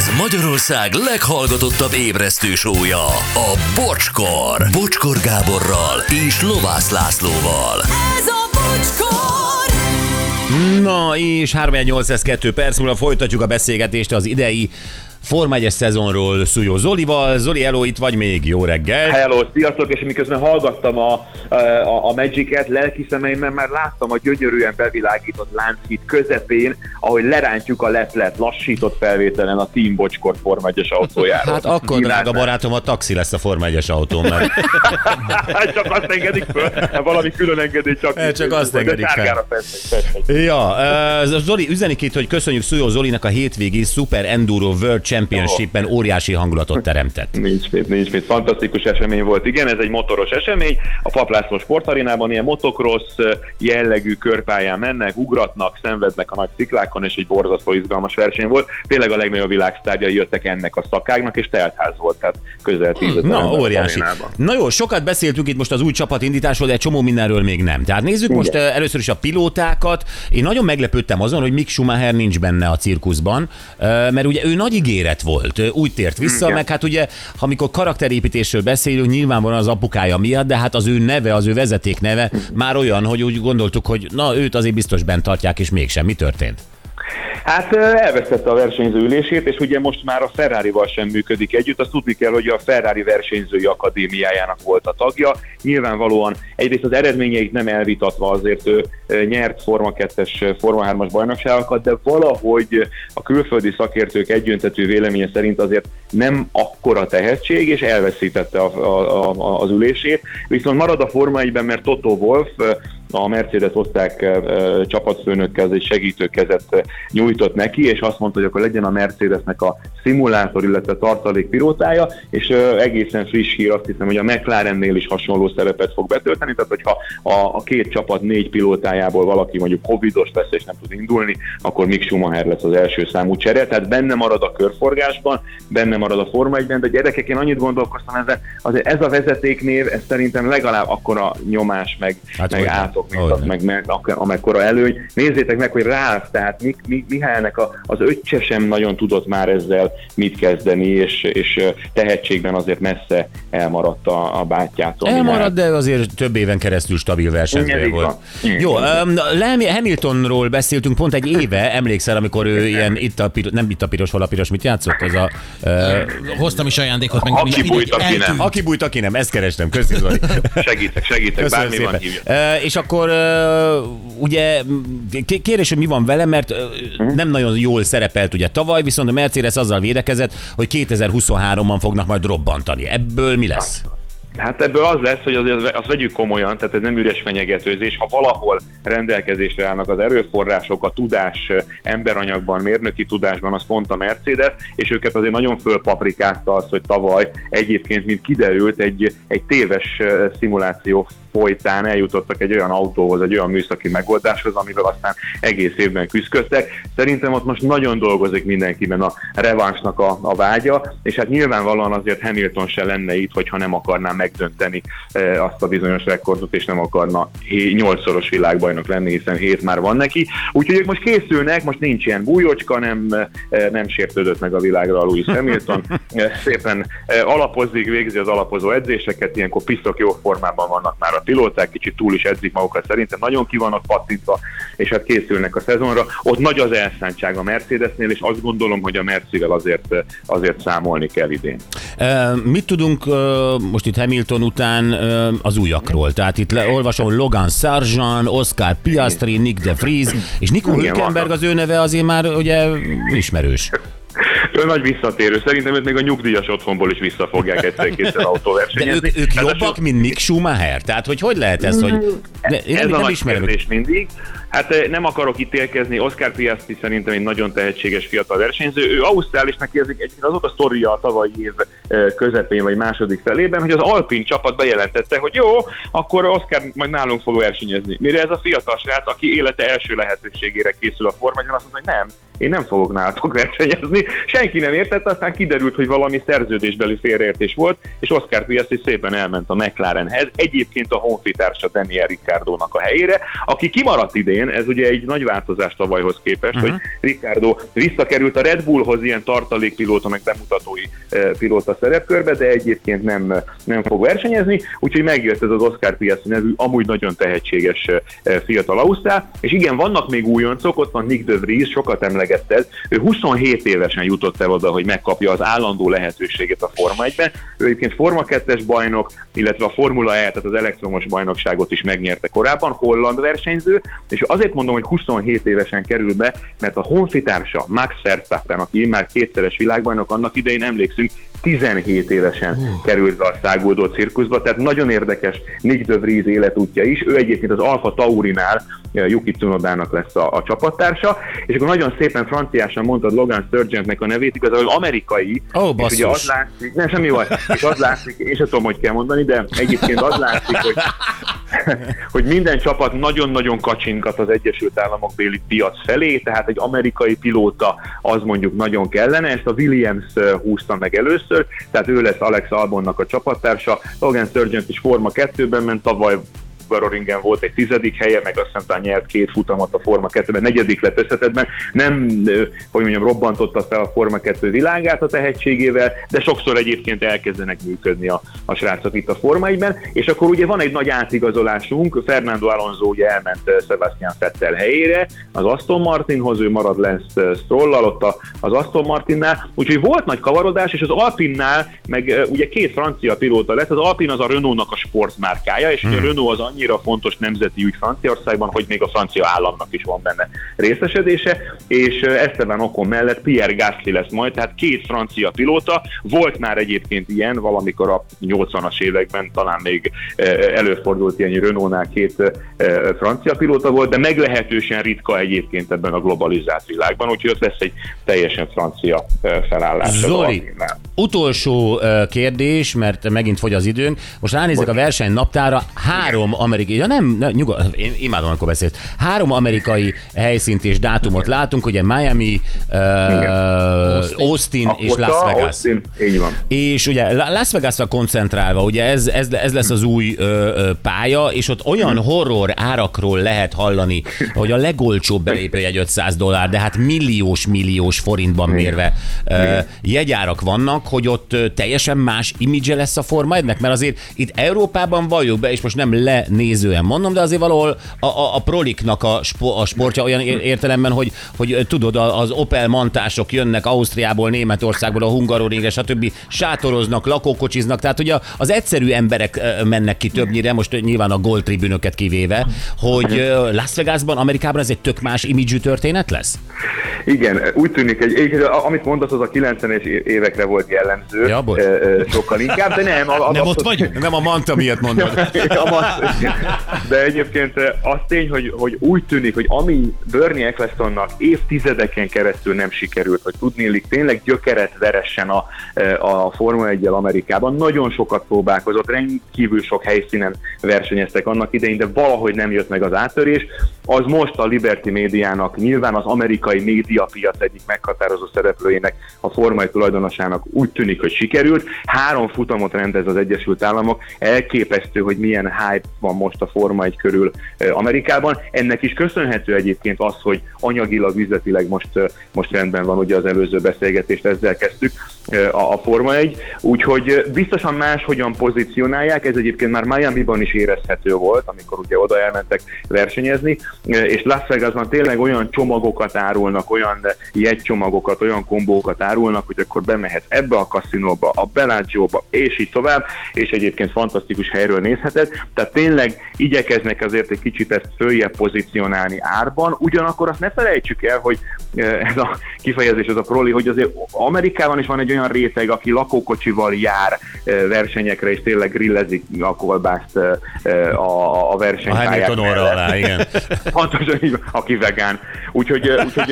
Ez Magyarország leghallgatottabb ébresztő show-ja, a Bocskor. Bocskor Gáborral és Lovász Lászlóval. Ez a Bocskor! Na és 3:08 perc múlva folytatjuk a beszélgetést az idei Forma 1-es szezonról Szújó Zolival. Zoli, hello, itt vagy még? Jó reggel! Hello, sziasztok! És miközben hallgattam a Magic-et, lelki szemeimben már láttam a gyönyörűen bevilágított Lánchíd közepén, ahogy lerántjuk a leplet lassított felvételen a Team Bocskor Forma 1-es autójáról. Hát akkor, drága barátom, a taxi lesz a Forma 1-es autóm, mert... Csak azt engedik föl? Valami külön engedély csak azt engedik fel. Ja, Zoli, üzenik itt, hogy köszönjük Szújó Zolinak a hétvégi Super Enduro World Championship-ben óriási hangulatot teremtett. Nincs mit. Fantasztikus esemény volt. Igen, ez egy motoros esemény. A Papp László sportarénában ilyen motocross jellegű körpályán mennek, ugratnak, szenvednek a nagy sziklákon, és egy borzasztó izgalmas verseny volt. Tényleg a legnagyobb világsztárjai jöttek ennek a szakágnak, és teltház volt, tehát közel 10 000 Na, óriási. Na jó, sokat beszéltünk itt most az új csapatindításról, de egy csomó mindenről még nem. Tehát nézzük most először is a pilótákat. Én nagyon meglepődtem azon, hogy Mick Schumacher nincs benne a cirkuszban, mert ugye ő nagy ígéret volt, úgy tért vissza, meg hát ugye, amikor karakterépítésről beszélünk, nyilvánvalóan az apukája miatt, de hát az ő neve, az ő vezeték neve már olyan, hogy úgy gondoltuk, hogy na, őt azért biztos bent tartják, és mégsem. Mi történt? Hát elvesztette a versenyző ülését, és ugye most már a Ferrarival sem működik együtt. Azt tudni kell, hogy a Ferrari versenyzői akadémiájának volt a tagja. Nyilvánvalóan egyrészt az eredményeit nem elvitatva, azért ő nyert Forma 2-es, Forma 3-as bajnokságokat, de valahogy a külföldi szakértők egyöntetű véleménye szerint azért nem akkora tehetség, és elveszítette az ülését. Viszont marad a Forma 1-ben, mert Toto Wolff, a Mercedes osztrák csapatfőnökkel egy segítő kezet nyújtott neki, és azt mondta, hogy akkor legyen a Mercedesnek a szimulátor, illetve tartalékpilótája, és egészen friss hír, azt hiszem, hogy a McLarennél is hasonló szerepet fog betölteni, tehát hogyha a két csapat 4 pilótájából valaki mondjuk covidos lesz és nem tud indulni, akkor Mick Schumacher lesz az első számú csere, tehát benne marad a körforgásban, benne marad a Forma 1-ben, de gyerekek, én annyit gondolkoztam ezen, azért ez a vezetéknév, ez szerintem legalább akkora nyomás, meg amekkora előny. Nézzétek meg, hogy Ralf, tehát Mihálynek az öccse sem nagyon tudott már ezzel mit kezdeni, és tehetségben azért messze elmaradt a bátyjától. Elmaradt, de azért több éven keresztül stabil versenyző volt. Jó, Hamiltonról beszéltünk pont egy éve, emlékszel, amikor ő ilyen nem itt a piros, hol a piros, mit játszott? Ez a... Hoztam is ajándékot, meg aki bújt, aki nem. Aki bújt, aki nem, ezt kerestem. Köszönöm, Zoli. Segítek, bármi van hívja. És akkor ugye kérdés, hogy mi van vele, mert nem nagyon jól szerepelt ugye tavaly, viszont a Mercedes azzal védekezett, hogy 2023-ban fognak majd robbantani. Ebből mi lesz? Hát ebből az lesz, hogy azt vegyük komolyan, tehát ez nem üres fenyegetőzés. Ha valahol rendelkezésre állnak az erőforrások, a tudás emberanyagban, mérnöki tudásban, az pont a Mercedes, és őket azért nagyon fölpaprikázta az, hogy tavaly egyébként, mint kiderült, egy téves szimuláció folytán eljutottak egy olyan autóhoz, egy olyan műszaki megoldáshoz, amivel aztán egész évben küzdködtek. Szerintem ott most nagyon dolgozik mindenkiben a revansnak a vágya, és hát nyilvánvalóan azért Hamilton se lenne itt, hogyha nem akarná megdönteni azt a bizonyos rekordot, és nem akarna 8-szoros világbajnok lenni, hiszen 7 már van neki. Úgyhogy ők most készülnek, most nincs ilyen bújócska, nem sértődött meg a világra a Lewis Hamilton. Szépen alapozik, végzi az alapozó edzéseket, ilyenkor piszok jó formában vannak már a pilóták, kicsit túl is edzik magukat, szerintem nagyon ki vannak pattintva, és hát készülnek a szezonra. Ott nagy az elszántság a Mercedesnél, és azt gondolom, hogy a Mercivel azért számolni kell idén. Mit tudunk most itt Hamilton után az újakról? Tehát itt olvasom Logan Sargent, Oscar Piastri, Nick de Vries, és Nico Hülkenberg, az ő neve azért már ugye ismerős. Ő nagy visszatérő. Szerintem őt még a nyugdíjas otthonból is vissza fogják egyszer-kétszer autóversenyezni. De ők jobbak, mint Mick Schumacher? Tehát hogy lehet ez, hogy... Ez a nagy kérdés mindig. Hát nem akarok ítélkezni, Oscar Piastri szerintem egy nagyon tehetséges fiatal versenyző. Ő ausztrálisnak érzik, egyébként az ott a sztoria a tavalyi év közepén vagy második felében, hogy az Alpine csapat bejelentette, hogy jó, akkor Oscar majd nálunk fog versenyezni. Mire ez a fiatal srác, aki élete első lehetőségére készül a formában, azt mondta, hogy nem, én nem fogok nálatok versenyezni. Senki nem értette, aztán kiderült, hogy valami szerződésbeli félreértés volt, és Oscar Piastri szépen elment a McLarenhez, egyébként a honfitársa Daniel Ricciardónak a helyére, aki kimaradt idén, idén, ez ugye egy nagy változás tavalyhoz képest, hogy Ricciardo visszakerült a Red Bullhoz ilyen tartalékpilóta, meg bemutatói pilóta szerepkörbe, de egyébként nem fog versenyezni, úgyhogy megjött ez az Oscar Piastri nevű, amúgy nagyon tehetséges fiatal ausztrál, és igen, vannak még újoncok, ott van Nick de Vries, sokat emlegetted, ő 27 évesen jutott el oda, hogy megkapja az állandó lehetőséget a Forma 1-ben, ő egyébként Forma 2-es bajnok, illetve a Formula E, tehát az elektromos bajnokságot is megnyerte korábban, holland versenyző, és azért mondom, hogy 27 évesen kerül be, mert a honfitársa Max Verstappen, aki már kétszeres világbajnok, annak idején emlékszünk, 17 évesen került be a száguldó cirkuszba, tehát nagyon érdekes Nick de Vries életútja is, ő egyébként az Alfa Taurinál Yuki Tsunodának lesz a csapattársa, és akkor nagyon szépen franciásan mondtad Logan Sargentnek a nevét, igazából amerikai, és ugye az látszik, nem semmi baj, és az látszik, én sem tudom, hogy kell mondani, de egyébként az látszik, hogy minden csapat nagyon-nagyon kacsingat az Egyesült Államok béli piac felé, tehát egy amerikai pilóta az mondjuk nagyon kellene, ezt a Williams húzta meg először, tehát ő lesz Alex Albonnak a csapattársa, Logan Sargent is Forma 2-ben ment, tavaly Hungaroringen volt egy 10. helye, meg azt hiszem nyert 2 futamot a Forma 2-ben, 4. lett összetettben, nem, hogy mondjam, robbantotta fel a Forma 2 világát a tehetségével, de sokszor egyébként elkezdenek működni a srácok itt a Forma 1-ben, és akkor ugye van egy nagy átigazolásunk, Fernando Alonso ugye elment Sebastian Vettel helyére, az Aston Martinhoz, ő marad Lance Stroll-al ott az Aston Martinnál, úgyhogy volt nagy kavarodás, és az Alpinnál meg ugye 2 francia pilóta lett, az Alpine az a Renault-nak a sportmárkája, és ugye a Renault az annyira fontos nemzeti ügy Franciaországban, hogy még a francia államnak is van benne részesedése, és Esteban Ocon mellett Pierre Gasly lesz majd, tehát 2 francia pilóta, volt már egyébként ilyen, valamikor a 80-as években talán még előfordult ilyen, Renault-nál 2 francia pilóta volt, de meglehetősen ritka egyébként ebben a globalizált világban, úgyhogy ott lesz egy teljesen francia felállás. Zoli, utolsó kérdés, mert megint fogy az időnk, most ránézek a verseny naptára, 3 amerikai, nyugodt, én imádom, amikor beszélt. 3 amerikai helyszínt és dátumot látunk, ugye Miami, Austin és Las Vegas. Austin, így van. És ugye Las Vegasra koncentrálva, ugye ez lesz az új pálya, és ott olyan horror árakról lehet hallani, hogy a legolcsóbb belépőjegy $500, de hát milliós forintban mérve jegyárak vannak, hogy ott teljesen más imidzse lesz a Forma 1-nek, mert azért itt Európában valljuk be, és most nem lenézően mondom, de azért valahol a proliknak a sportja olyan értelemben, hogy tudod, az Opel mantások jönnek Ausztriából, Németországból, a Hungaroringre, stb. Sátoroznak, lakókocsiznak, tehát ugye az egyszerű emberek mennek ki többnyire, most nyilván a gold tribünöket kivéve, hogy Las Vegasban, Amerikában ez egy tök más imidzsű történet lesz? Igen, úgy tűnik, amit mondasz, az a 90-es évekre volt jellemző, sokkal inkább, de nem. Nem ott vagy? Nem a manta miatt mondod. De egyébként az tény, hogy úgy tűnik, hogy ami Bernie Ecclestonnak évtizedeken keresztül nem sikerült, hogy tudnélik tényleg gyökeret veressen a Forma 1-jel Amerikában. Nagyon sokat próbálkozott, rendkívül sok helyszínen versenyeztek annak idején, de valahogy nem jött meg az áttörés. Az most a Liberty médiának, nyilván az amerikai médiapiac egyik meghatározó szereplőjének, a Forma 1 tulajdonosának úgy tűnik, hogy sikerült. 3 futamot rendez az Egyesült Államok, elképesztő, hogy milyen hype van most a Forma 1 körül Amerikában. Ennek is köszönhető egyébként az, hogy anyagilag, üzletileg most rendben van, ugye az előző beszélgetést ezzel kezdtük, a Forma 1, úgyhogy biztosan máshogyan pozícionálják, ez egyébként már Miamiban is érezhető volt, amikor ugye oda elmentek versenyezni, és Las Vegasban tényleg olyan csomagokat árulnak, olyan jegycsomagokat, olyan kombókat árulnak, hogy akkor bemehetsz ebbe a kaszinóba, a Bellagio-ba, és így tovább, és egyébként fantasztikus helyről nézheted, tehát tényleg igyekeznek azért egy kicsit ezt följebb pozícionálni árban, ugyanakkor azt ne felejtsük el, hogy ez a kifejezés, ez a proli, hogy azért Amerikában is van egy olyan réteg, aki lakókocsival jár versenyekre, és tényleg grillezik a kolbászt a versenypályák mellett. Igen. Pontosan így, aki vegán. Úgyhogy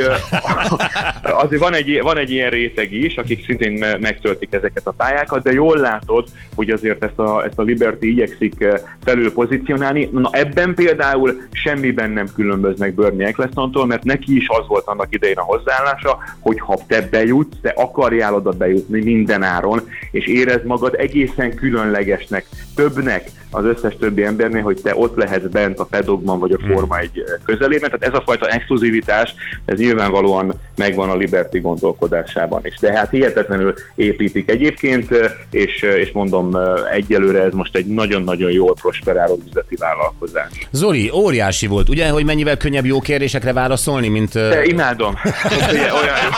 azért van egy ilyen réteg is, akik szintén megtöltik ezeket a pályákat, de jól látod, hogy azért ezt a Liberty igyekszik felül pozícionálni. Na ebben például semmiben nem különböznek Bernie Ecclestontól, mert neki is az volt annak idején a hozzáállása, hogy ha te bejutsz, te akarjál oda bejutni minden áron, és érezd magad egészen különlegesnek, többnek az összes többi embernél, hogy te ott lehetsz bent a pedokban vagy a Forma 1 közelében, tehát ez a fajta exkluzivitás, ez nyilvánvalóan megvan a Liberty gondolkodásában is. De hát hihetetlenül építik egyébként, és mondom, egyelőre ez most egy nagyon-nagyon jól prosperáló üzleti vállalkozás. Zoli, óriási volt, ugye, hogy mennyivel könnyebb jó kérdésekre válaszolni, mint... De imádom. Ugye,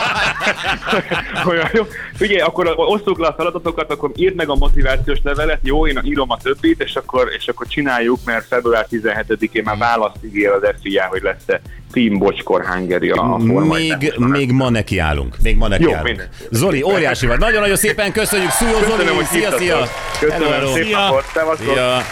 olyan jó. Ugye, akkor osztuk le a feladatokat, akkor írd meg a motivációs levelet, jó, én írom a többit, és akkor csináljuk, mert február 17-én már választ ígér az FIA, hogy lesz-e Team Bocskor Hungary a Forma 1. Még ma nekiállunk. Zoli, óriási vagy. Nagyon-nagyon szépen köszönjük. Szújó Zoli, szia! Köszönöm, szép napot, szevasztok!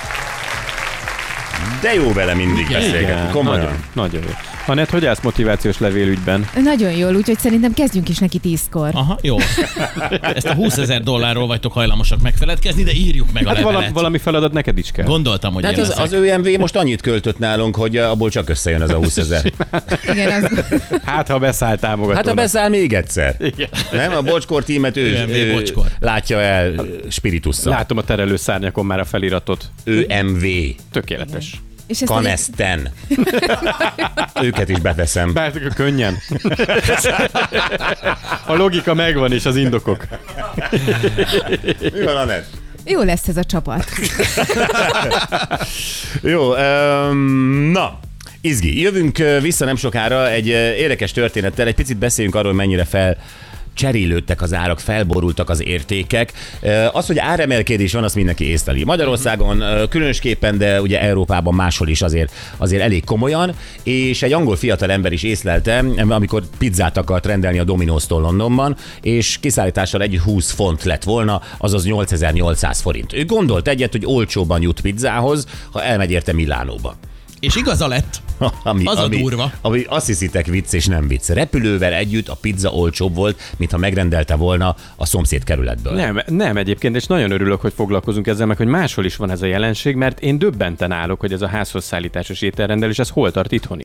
De jó vele mindig beszélgetni, komolyan. Nagyon jó. Anett, hogy állsz motivációs levélügyben? Nagyon jól, úgyhogy szerintem kezdjünk is neki 10-kor. Aha, jó. Ezt a $20,000 vagytok hajlamosak megfeledkezni, de írjuk meg a levelet. Valami feladat neked is kell. Gondoltam, hogy hát az ÖMV most annyit költött nálunk, hogy abból csak összejön ez a 20,000. Igen, az... Hát, ha beszáll támogatónak. Hát, ha beszáll még egyszer. Igen. Nem? A Bocskor tímet ő látja el spiritusszal. Látom a terelő szárnyakon már a feliratot. ÖMV. Tökéletes. És ezt Kanesten. Őket is beteszem. Bártuk könnyen. A logika megvan, és az indokok. Mi van, Anett? Jó lesz ez a csapat. Jó, na, izgi. Jövünk vissza nem sokára egy érdekes történettel. Egy picit beszéljünk arról, mennyire cserélődtek az árak, felborultak az értékek. Az, hogy áremelkedés van, azt mindenki észleli. Magyarországon különösképpen, de ugye Európában máshol is azért elég komolyan, és egy angol fiatal ember is észlelte, amikor pizzát akart rendelni a Domino's-tól Londonban, és kiszállítással egy 20 font lett volna, azaz 8800 forint. Ő gondolt egyet, hogy olcsóban jut pizzához, ha elmegy érte Milánóba. És igaza lett. Az a durva. Ami azt hiszitek vicc és nem vicc. Repülővel együtt a pizza olcsóbb volt, mintha megrendelte volna a szomszéd kerületből. Nem egyébként, és nagyon örülök, hogy foglalkozunk ezzel, meg hogy máshol is van ez a jelenség, mert én döbbenten állok, hogy ez a házhoz szállításos ételrendelés, ez hol tart itthon.